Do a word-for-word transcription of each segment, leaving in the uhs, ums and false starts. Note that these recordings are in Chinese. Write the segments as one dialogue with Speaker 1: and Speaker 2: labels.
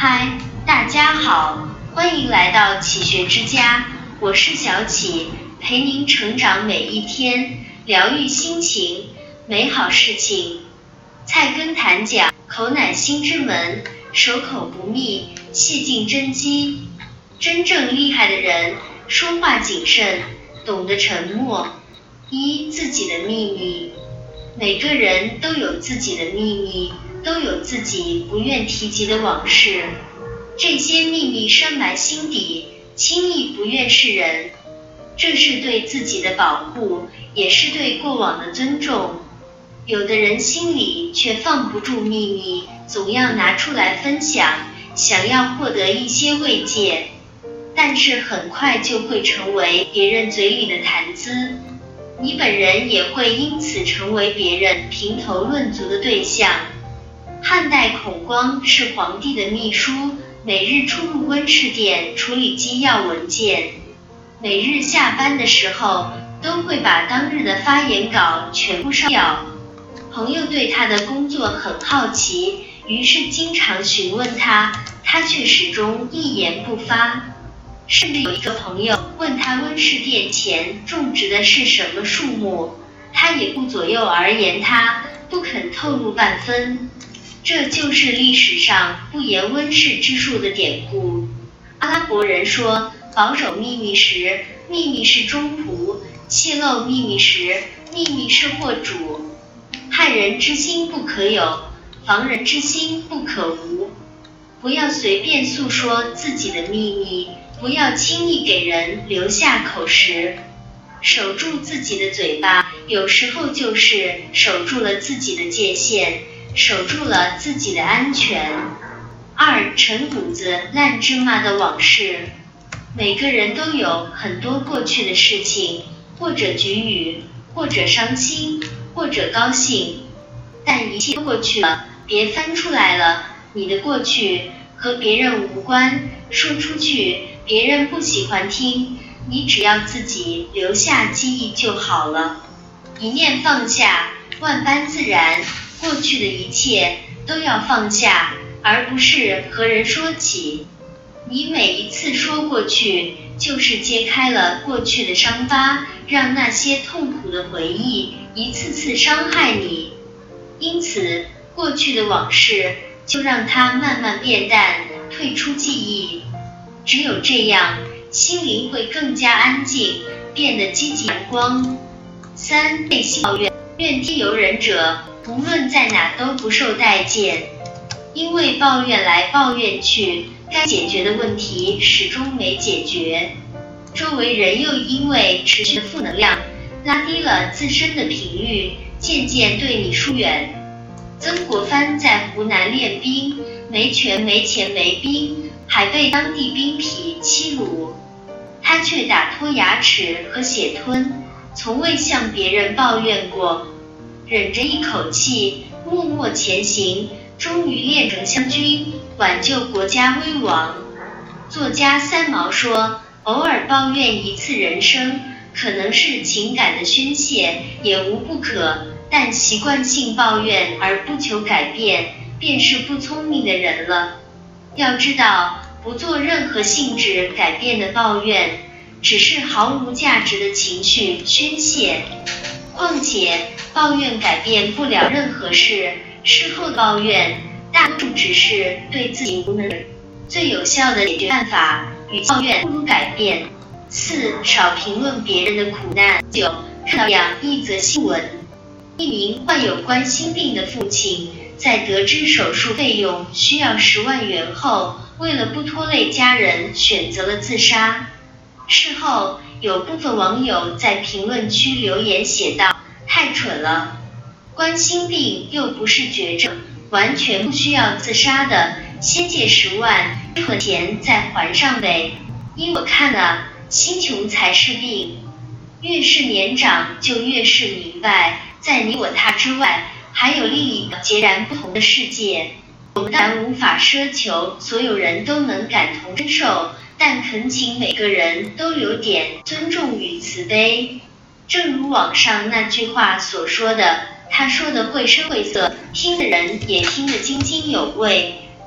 Speaker 1: 嗨，大家好，欢迎来到启学之家，我是小启，陪您成长每一天，疗愈心情，美好事情。菜根谭讲，口乃心之门，守口不密，谢尽真机。真正厉害的人，说话谨慎，懂得沉默。一、自己的秘密。每个人都有自己的秘密，都有自己不愿提及的往事。这些秘密深埋心底，轻易不愿示人。这是对自己的保护，也是对过往的尊重。有的人心里却放不住秘密，总要拿出来分享，想要获得一些慰藉，但是很快就会成为别人嘴里的谈资。你本人也会因此成为别人评头论足的对象。汉代孔光是皇帝的秘书，每日出入温室殿处理机要文件，每日下班的时候都会把当日的发言稿全部烧掉。朋友对他的工作很好奇，于是经常询问他，他却始终一言不发。甚至有一个朋友问他温室殿前种植的是什么树木，他也不左右而言他，不肯透露半分。这就是历史上不言温室之术的典故。阿拉伯人说，保守秘密时，秘密是忠仆；泄露秘密时，秘密是祸主。害人之心不可有，防人之心不可无。不要随便诉说自己的秘密，不要轻易给人留下口实。守住自己的嘴巴，有时候就是守住了自己的界限，守住了自己的安全。二、陈谷子烂芝麻的往事。每个人都有很多过去的事情，或者局语，或者伤心，或者高兴，但一切过去了，别翻出来了。你的过去和别人无关，说出去别人不喜欢听，你只要自己留下记忆就好了。一念放下，万般自然，过去的一切都要放下，而不是和人说起。你每一次说过去，就是揭开了过去的伤疤，让那些痛苦的回忆一次次伤害你。因此，过去的往事就让它慢慢变淡，退出记忆。只有这样，心灵会更加安静，变得积极阳光。三、内心抱怨。怨天尤人者，无论在哪都不受待见。因为抱怨来抱怨去，该解决的问题始终没解决，周围人又因为持续的负能量，拉低了自身的频率，渐渐对你疏远。曾国藩在湖南练兵，没权没钱没兵，还被当地兵痞欺辱，他却打脱牙齿和血吞，从未向别人抱怨过，忍着一口气，默默前行，终于练成湘军，挽救国家危亡。作家三毛说，偶尔抱怨一次人生，可能是情感的宣泄，也无不可，但习惯性抱怨而不求改变，便是不聪明的人了。要知道，不做任何性质改变的抱怨，只是毫无价值的情绪宣泄。况且，抱怨改变不了任何事，事后抱怨大多数只是对自己无能。最有效的解决办法，与抱怨不如改变。四、少评论别人的苦难。九、看到样一则新闻，一名患有冠心病的父亲，在得知手术费用需要十万元后，为了不拖累家人，选择了自杀。事后，有部分网友在评论区留言写道：太蠢了，冠心病又不是绝症，完全不需要自杀的，先借十万，存钱再还上呗。依我看啊，心穷才是病。越是年长，就越是明白，在你我他之外，还有另一个截然不同的世界。我们当然无法奢求所有人都能感同身受，但恳请每个人都留点尊重与慈悲。正如网上那句话所说的，他说的绘声绘色，听的人也听得津津有味。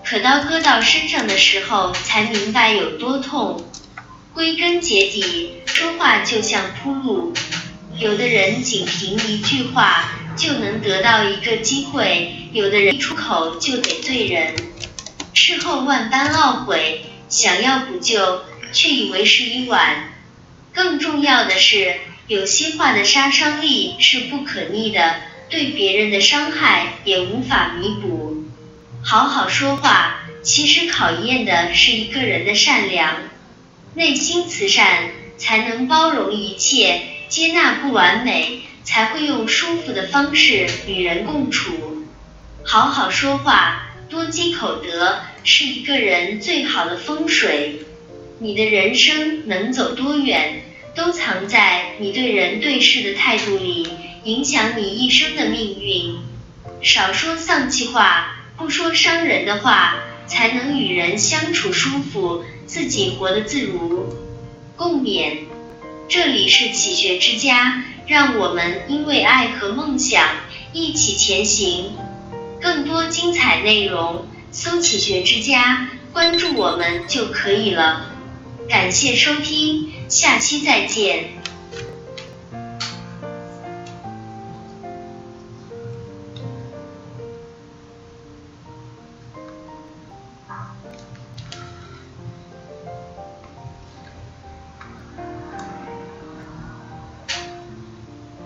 Speaker 1: 可刀割到身上的时候才明白有多痛。归根结底，说话就像铺路，有的人仅凭一句话就能得到一个机会，有的人一出口就得罪人，事后万般懊悔，想要补救，却以为时已晚。更重要的是，有些话的杀伤力是不可逆的，对别人的伤害也无法弥补。好好说话，其实考验的是一个人的善良，内心慈善，才能包容一切，接纳不完美，才会用舒服的方式与人共处。好好说话，多积口德，是一个人最好的风水。你的人生能走多远，都藏在你对人对事的态度里，影响你一生的命运。少说丧气话，不说伤人的话，才能与人相处舒服，自己活得自如。共勉。这里是启学之家，让我们因为爱和梦想一起前行。更多精彩内容，搜启学之家，关注我们就可以了。感谢收听，下期再见。